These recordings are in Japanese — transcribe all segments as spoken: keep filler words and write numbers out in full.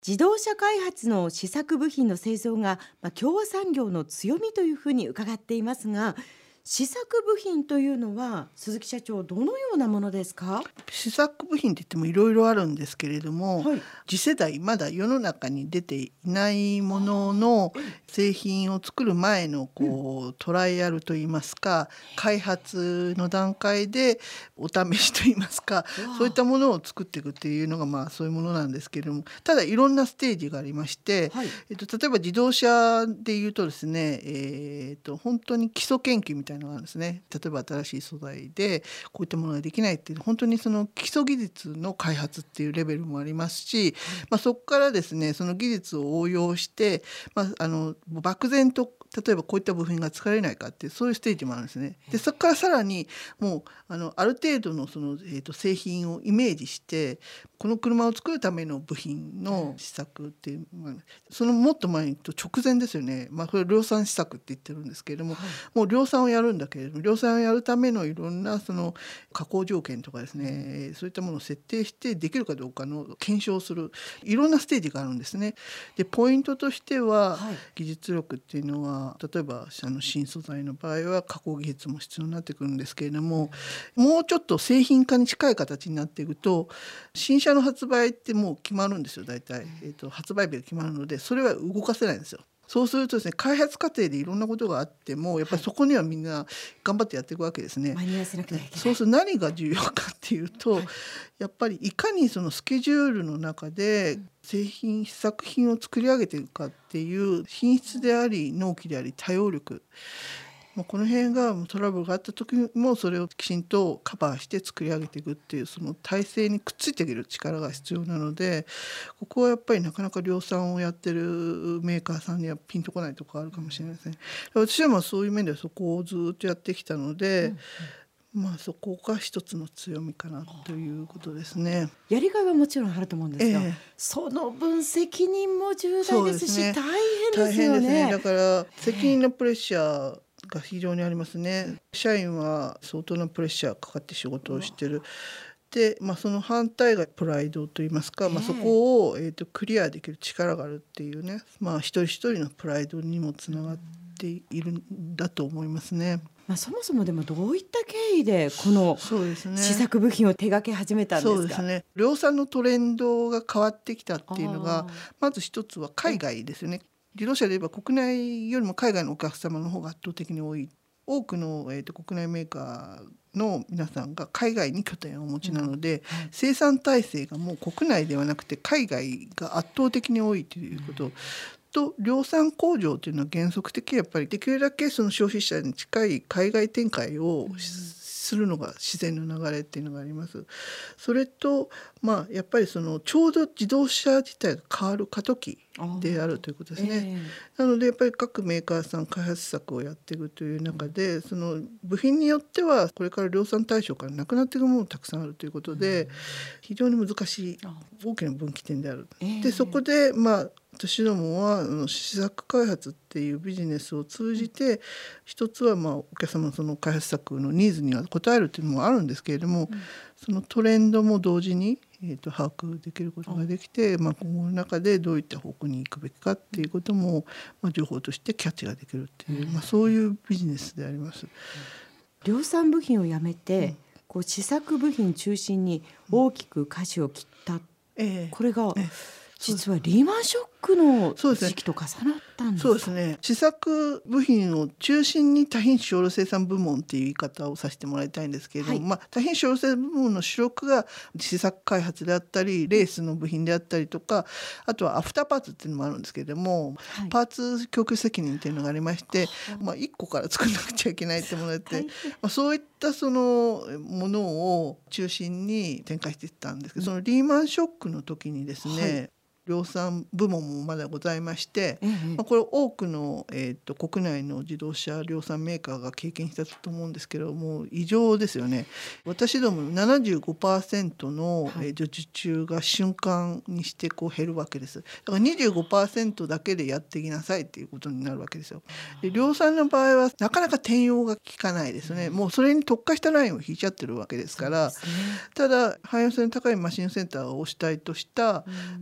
自動車開発の試作部品の製造が、まあ、共和産業の強みというふうに伺っていますが、試作部品というのは鈴木社長、どのようなものですか？ 試作部品って言ってもいろいろあるんですけれども、 はい。 次世代まだ世の中に出ていないものの製品を作る前のこうトライアルといいますか、開発の段階でお試しといいますか、そういったものを作っていくっていうのがまあそういうものなんですけれども、ただいろんなステージがありまして、 はい。 えっと、例えば自動車でいうとですね、えっと本当に基礎研究みたいなのがあるんですね。例えば新しい素材でこういったものができないっていう本当にその基礎技術の開発っていうレベルもありますし、まあ、そこからですねその技術を応用して、まあ、あの漠然と例えばこういった部品が使えないかっていうそういうステージもあるんですね。でそこからさらにもうあのある程度のその、えーと製品をイメージしてこの車を作るための部品の試作っていう、まあ、そのもっと前にと直前ですよね、まあ、これ量産試作って言ってるんですけれども、 はい。 もう量産をやるんだけれども量産をやるためのいろんなその加工条件とかですね、そういったものを設定してできるかどうかの検証するいろんなステージがあるんですね。でポイントとしては、 はい。 技術力っていうのは例えばあの新素材の場合は加工技術も必要になってくるんですけれども、もうちょっと製品化に近い形になっていくと新車の発売ってもう決まるんですよ大体、えーと、発売日が決まるのでそれは動かせないんですよ。そうするとですね開発過程でいろんなことがあってもやっぱりそこにはみんな頑張ってやっていくわけですね。 間に合わせなくてはいけない。 そうすると何が重要かっていうと、 はい。 やっぱりいかにそのスケジュールの中で製品試作品を作り上げていくかっていう品質であり納期であり対応力、もうこの辺がトラブルがあった時もそれをきちんとカバーして作り上げていくっていうその体制にくっついていける力が必要なので、ここはやっぱりなかなか量産をやってるメーカーさんにはピンとこないところあるかもしれないですね。私はまあそういう面ではそこをずっとやってきたので、まあそこが一つの強みかなということですね。 やりがいはもちろんあると思うんですが、 ええ、 その分責任も重大そうでし、 ですすね。 大変で大すよ変ですね。 ね。 だから責任のプレッシャーが非常にありますね。社員は相当なプレッシャーかかって仕事をしてる。で、まあ、その反対がプライドといいますか、まあ、そこを、えーと、クリアできる力があるっていうね、まあ、一人一人のプライドにもつながっているんだと思いますね。 まあ、そもそもでもどういった経緯でこのそうですね。 試作部品を手掛け始めたんですか？ そうですね。量産のトレンドが変わってきたっていうのがあーまず一つは海外ですよね。自動車で言えば国内よりも海外のお客様の方が圧倒的に多い。多くの、えーと、国内メーカーの皆さんが海外に拠点をお持ちなので、 はい。 生産体制がもう国内ではなくて海外が圧倒的に多いということ、と量産工場というのは原則的にやっぱりできるだけその消費者に近い海外展開をするのが自然の流れっていうのがあります。それとまあやっぱりそのちょうど自動車自体が変わる過渡期であるということですね。なのでやっぱり各メーカーさん開発策をやっていくという中で、その部品によってはこれから量産対象からなくなっていくものもたくさんあるということで、非常に難しい大きな分岐点である。でそこでまあ私どもはあの試作開発っていうビジネスを通じて、一つはまあお客様のその開発策のニーズには応えるっていうのもあるんですけれども、そのトレンドも同時に、えー、と把握できることができて、まあ、今後の中でどういった方向に行くべきかっていうことも、まあ、情報としてキャッチができるっていう、まあ、そういうビジネスであります。 量産部品をやめて、こう試作部品中心に大きく舵を切った、 ええこれがええ実はリーマンショックのそうですね時期と重なったんですか？ そうですね。試作部品を中心に多品種小量生産部門っていう言い方をさせてもらいたいんですけれども、 はい。 まあ、多品種小量生産部門の主力が試作開発であったりレースの部品であったりとか、あとはアフターパーツっていうのもあるんですけれども、 はい。 パーツ供給責任っていうのがありまして、まあ、いっこから作らなくちゃいけないってもので、 大変。 まあ、そういったそのものを中心に展開していったんですけど、そのリーマンショックの時にですね、 はい量産部門もまだございまして、 ええまあ、これ多くの、えー、と国内の自動車量産メーカーが経験したと思うんですけども、異常ですよね。私ども ななじゅうごパーセント の、 はいえー受注が瞬間にしてこう減るわけです。だから にじゅうごパーセント だけでやっていきなさいっていうことになるわけですよ。で量産の場合はなかなか転用が効かないですね。もうそれに特化したラインを引いちゃってるわけですから、 そうですね。 ただ汎用性の高いマシンセンターを主体とした多品種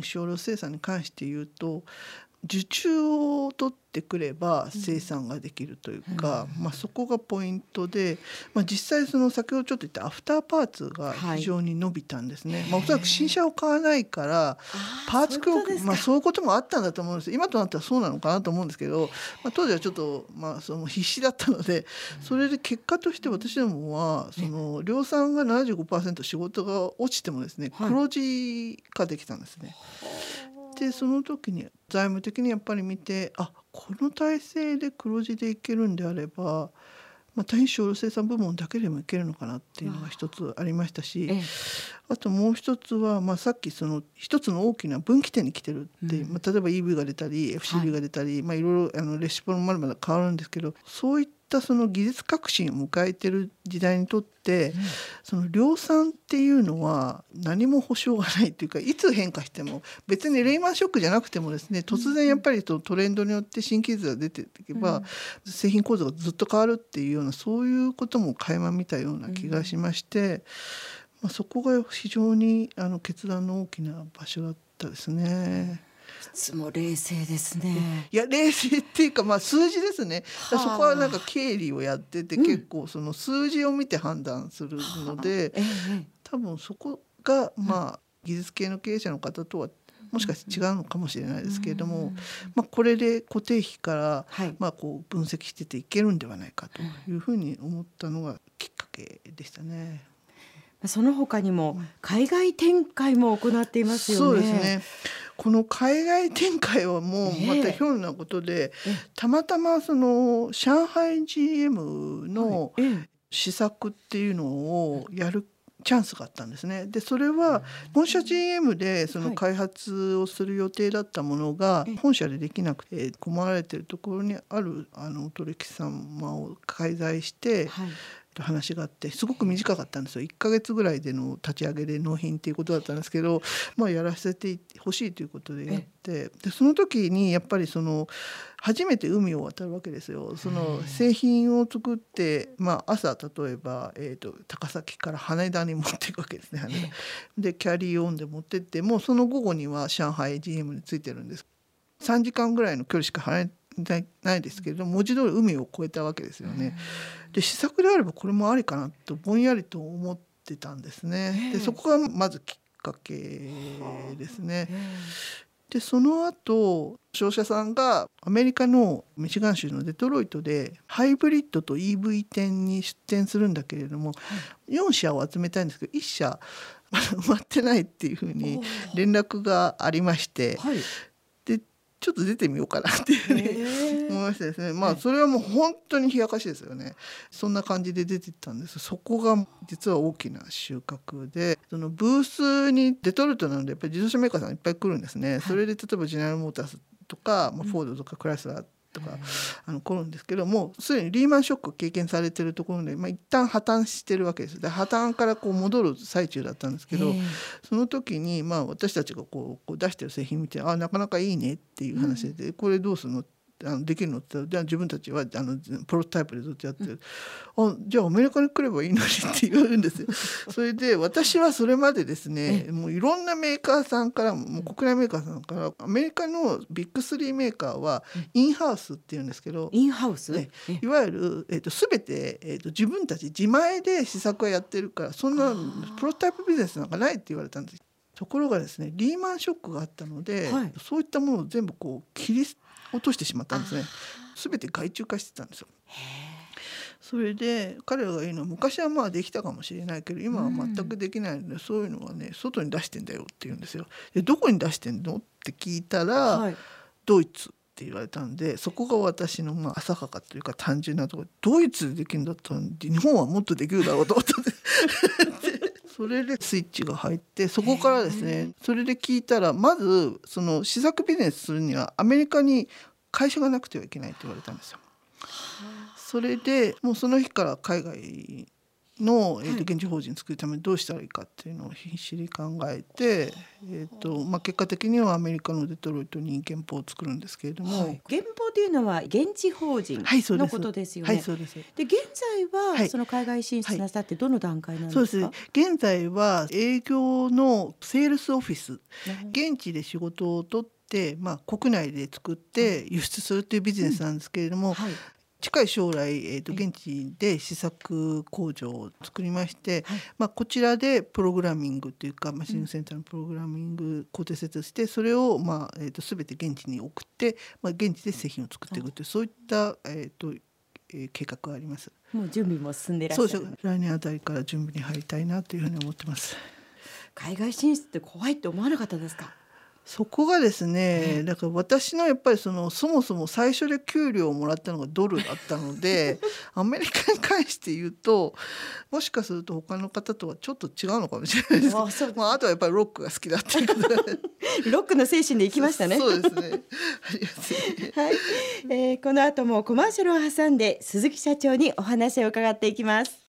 少量生産に関して言うと、受注を取ってくれば生産ができるというか、うんまあ、そこがポイントで、まあ、実際その先ほどちょっと言ったアフターパーツが非常に伸びたんですね、はいまあ、おそらく新車を買わないからパーツ供給、まあ、そういうこともあったんだと思うんです。今となってはそうなのかなと思うんですけど、まあ、当時はちょっと、まあ、その必死だったので、それで結果として私どもはその量産が ななじゅうごパーセント 仕事が落ちてもですね、黒字化できたんですね。でその時に財務的にやっぱり見て、あこの体制で黒字でいけるんであれば、まあ、単少量生産部門だけでもいけるのかなっていうのが一つありましたし、あともう一つは、まあ、さっきその一つの大きな分岐点に来てるって、うんまあ、例えば イーブイ が出たり エフシービー が出たり、はいまあ、いろいろあのレシピもまだまだ変わるんですけど、そういったその技術革新を迎えている時代にとって、うん、その量産っていうのは何も保証がないというか、いつ変化しても別にレイマンショックじゃなくてもですね、突然やっぱりトレンドによって新技術が出ていけば、うん、製品構造がずっと変わるっていうような、そういうことも垣間見たような気がしまして、うんまあ、そこが非常にあの決断の大きな場所だったですね。 いつも冷静ですね。 いや冷静っていうか、まあ、数字ですね。そこはなんか経理をやってて、結構その数字を見て判断するので、うん、多分そこがまあ技術系の経営者の方とはもしかして違うのかもしれないですけれども、まあ、これで固定費からまあこう分析してていけるんではないかというふうに思ったのがきっかけでしたね。 その他にも海外展開も行っていますよね。 そうですね。この海外展開はもうまたひょんなことで、ええ、たまたまその上海 ジーエム の施策っていうのをやるチャンスがあったんですね。でそれは本社 ジーエム でその開発をする予定だったものが本社でできなくて困られているところにあるあのお取引様を介在して、はい話があって、すごく短かったんですよ。いっかげつぐらいでの立ち上げで納品っていうことだったんですけど、まあ、やらせてほしいということでやって、でその時にやっぱりその初めて海を渡るわけですよ。その製品を作って、まあ、朝例えば、えーと、高崎から羽田に持っていくわけですね。羽田でキャリーオンで持ってって、もうその午後には上海 ジーエム についてるんです。さんじかんぐらいの距離しか離れないですけれども、文字通り海を越えたわけですよね。で施策であればこれもありかなとぼんやりと思ってたんですね。でそこがまずきっかけですね。でその後商社さんがアメリカのミシガン州のデトロイトでハイブリッドと イーブイ 店に出店するんだけれども、よん社を集めたいんですけどいっ社埋まってないっていうふうに連絡がありまして、はいちょっと出てみようかなっていうふうに思いましたですね。まあそれはもう本当に冷やかしですよね。そんな感じで出てったんです。そこが実は大きな収穫で、そのブースにデトロイトなのでやっぱり自動車メーカーさんいっぱい来るんですね。それで例えばジェネラルモーターズとか、まあ、フォードとかクライスラーとかあの来るんですけども、すでにリーマンショックを経験されているところで、まあ、一旦破綻してるわけです。で破綻からこう戻る最中だったんですけど、その時にまあ私たちがこうこう出してる製品見て、あなかなかいいねっていう話で、うん、これどうするのあのできるのって言ったら、じゃあ自分たちはあのプロトタイプでずっとやってる、うん、あじゃあアメリカに来ればいいのにって言われるんですよ。それで私はそれまでですね、もういろんなメーカーさんからもう国内メーカーさんからアメリカのビッグスリーメーカーはインハウスっていうんですけど、 インハウス、 ね、いわゆる、えー、と全て、えー、と自分たち自前で試作をやってるから、そんなプロトタイプビジネスなんかないって言われたんです。ところがですね、リーマンショックがあったので、はい、そういったものを全部こう切り落としてしまったんですね。全て外注化してたんですよ。それで彼らが言うのは、昔はまあできたかもしれないけど今は全くできないので、うん、そういうのはね外に出してんだよって言うんですよ。でどこに出してんのって聞いたら、はい、ドイツって言われたんで、そこが私のまあ浅はかというか単純なところ、ドイツでできるんだったら日本はもっとできるだろうと思ったんでそれでスイッチが入って、そこからですね、それで聞いたら、まずその試作ビジネスするにはアメリカに会社がなくてはいけないって言われたんですよ。それでもうその日から海外の、えーとはい現地法人作るためにどうしたらいいかっていうのを必死に考えて、えーとまあ、結果的にはアメリカのデトロイトに憲法を作るんですけれども、 はい、原法というのは現地法人はいそうですのことですよね。 はいそうですで現在は、 はいその海外進出なさってどの段階なんそうですか？ です現在は営業のセールスオフィス、 うん現地で仕事を取って、まあ、国内で作って輸出するというビジネスなんですけれども、 はい近い将来、えーとえ現地で試作工場を作りまして、 はいまあ、こちらでプログラミングというかマシンセンターのプログラミング工程設してそれを、まあえー、と全て現地に送って、まあ、現地で製品を作っていくというそういった、えーとえー計画があります。 もう準備も進んでいらっしゃる。 そうです来年あたりから準備に入りたいなというふうに思ってます。 海外進出って怖いって思わなかったですか？ そこがですえねだから私のやっぱりそのそもそも最初で給料をもらったのがドルだったのでアメリカに関して言うともしかすると他の方とはちょっと違うのかもしれないですけどあそうですまあ、あとはやっぱりロックが好きだっていうことでロックの精神で行きましたね。 そうですねありがとうねはい、えーこの後もコマーシャルを挟んで鈴木社長にお話を伺っていきます。